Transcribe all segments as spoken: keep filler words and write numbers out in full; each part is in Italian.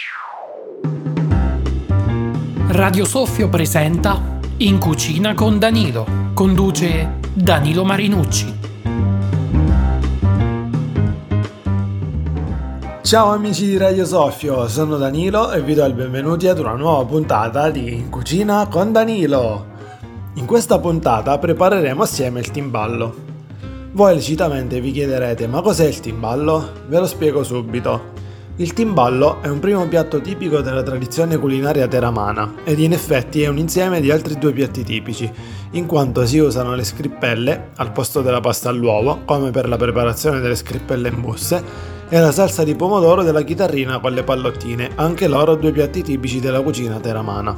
Radio Soffio presenta In cucina con Danilo. Conduce Danilo Marinucci. Ciao amici di Radio Soffio, sono Danilo e vi do il benvenuti ad una nuova puntata di In cucina con Danilo. In questa puntata prepareremo assieme il timballo. Voi lecitamente vi chiederete: ma cos'è il timballo? Ve lo spiego subito. Il timballo è un primo piatto tipico della tradizione culinaria teramana ed in effetti è un insieme di altri due piatti tipici, in quanto si usano le scrippelle al posto della pasta all'uovo, come per la preparazione delle scrippelle in busse, e la salsa di pomodoro della chitarrina con le pallottine, anche loro due piatti tipici della cucina teramana.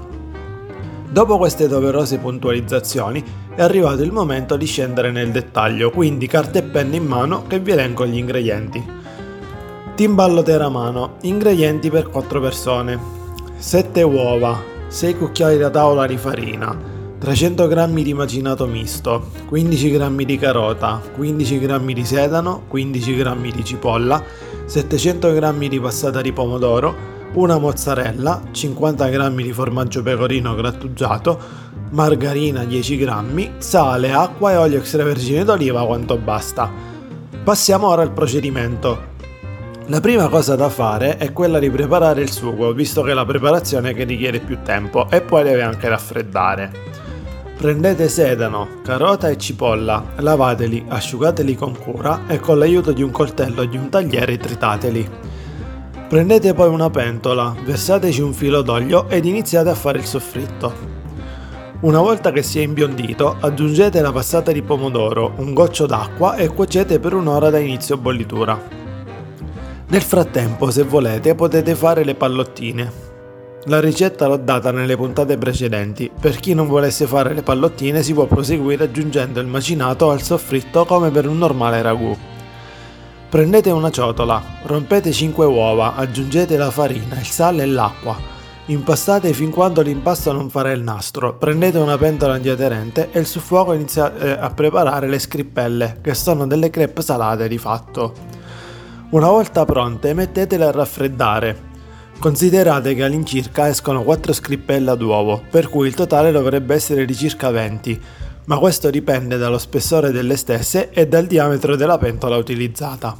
Dopo queste doverose puntualizzazioni è arrivato il momento di scendere nel dettaglio, quindi carta e penna in mano che vi elenco gli ingredienti. Timballo teramano. Ingredienti per quattro persone: sette uova, sei cucchiai da tavola di farina, trecento grammi di macinato misto, quindici grammi di carota, quindici grammi di sedano, quindici grammi di cipolla, settecento grammi di passata di pomodoro, una mozzarella, cinquanta grammi di formaggio pecorino grattugiato, margarina dieci grammi, sale, acqua e olio extravergine d'oliva quanto basta. Passiamo ora al procedimento. La prima cosa da fare è quella di preparare il sugo, visto che è la preparazione che richiede più tempo e poi deve anche raffreddare. Prendete sedano, carota e cipolla, lavateli, asciugateli con cura e con l'aiuto di un coltello e di un tagliere tritateli. Prendete poi una pentola, versateci un filo d'olio ed iniziate a fare il soffritto. Una volta che sia imbiondito, aggiungete la passata di pomodoro, un goccio d'acqua e cuocete per un'ora da inizio bollitura. Nel frattempo, se volete, potete fare le pallottine. La ricetta l'ho data nelle puntate precedenti. Per chi non volesse fare le pallottine si può proseguire aggiungendo il macinato al soffritto come per un normale ragù. Prendete una ciotola, rompete cinque uova, aggiungete la farina, il sale e l'acqua. Impastate fin quando l'impasto non farà il nastro. Prendete una pentola antiaderente e sul fuoco iniziate a preparare le scrippelle, che sono delle crêpe salate di fatto. Una volta pronte, mettetele a raffreddare. Considerate che all'incirca escono quattro scrippelle ad uovo, per cui il totale dovrebbe essere di circa venti, ma questo dipende dallo spessore delle stesse e dal diametro della pentola utilizzata.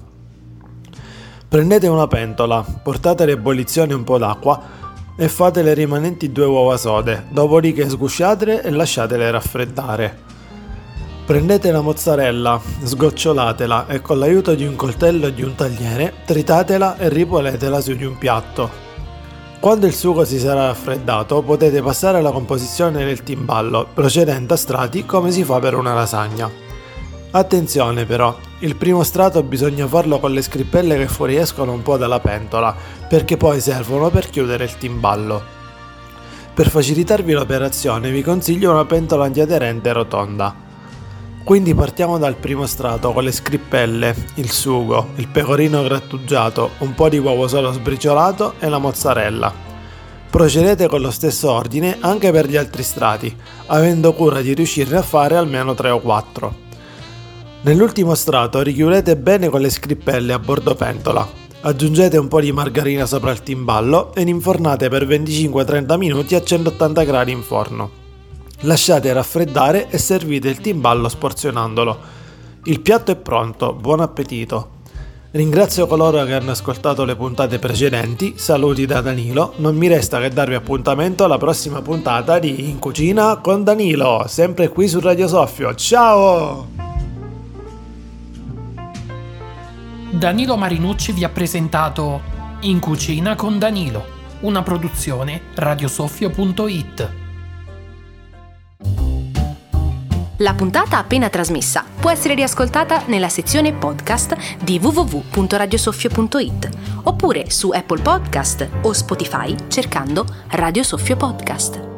Prendete una pentola, portate a ebollizione un po' d'acqua e fate le rimanenti due uova sode, dopodiché sgusciatele e lasciatele raffreddare. Prendete la mozzarella, sgocciolatela e con l'aiuto di un coltello e di un tagliere tritatela e ripoletela su di un piatto. Quando il sugo si sarà raffreddato potete passare alla composizione del timballo, procedendo a strati come si fa per una lasagna. Attenzione però, il primo strato bisogna farlo con le scrippelle che fuoriescono un po' dalla pentola, perché poi servono per chiudere il timballo. Per facilitarvi l'operazione vi consiglio una pentola antiaderente rotonda. Quindi partiamo dal primo strato con le scrippelle, il sugo, il pecorino grattugiato, un po' di uovo solo sbriciolato e la mozzarella. Procedete con lo stesso ordine anche per gli altri strati, avendo cura di riuscirne a fare almeno tre o quattro. Nell'ultimo strato richiudete bene con le scrippelle a bordo pentola. Aggiungete un po' di margarina sopra il timballo ed infornate per venticinque trenta minuti a centottanta gradi in forno. Lasciate raffreddare e servite il timballo sporzionandolo. Il piatto è pronto, buon appetito! Ringrazio coloro che hanno ascoltato le puntate precedenti, saluti da Danilo, non mi resta che darvi appuntamento alla prossima puntata di In cucina con Danilo, sempre qui su Radio Soffio, ciao! Danilo Marinucci vi ha presentato In cucina con Danilo, una produzione radiosoffio punto it. La puntata appena trasmessa può essere riascoltata nella sezione podcast di w w w punto radiosoffio punto it oppure su Apple Podcast o Spotify cercando Radio Soffio Podcast.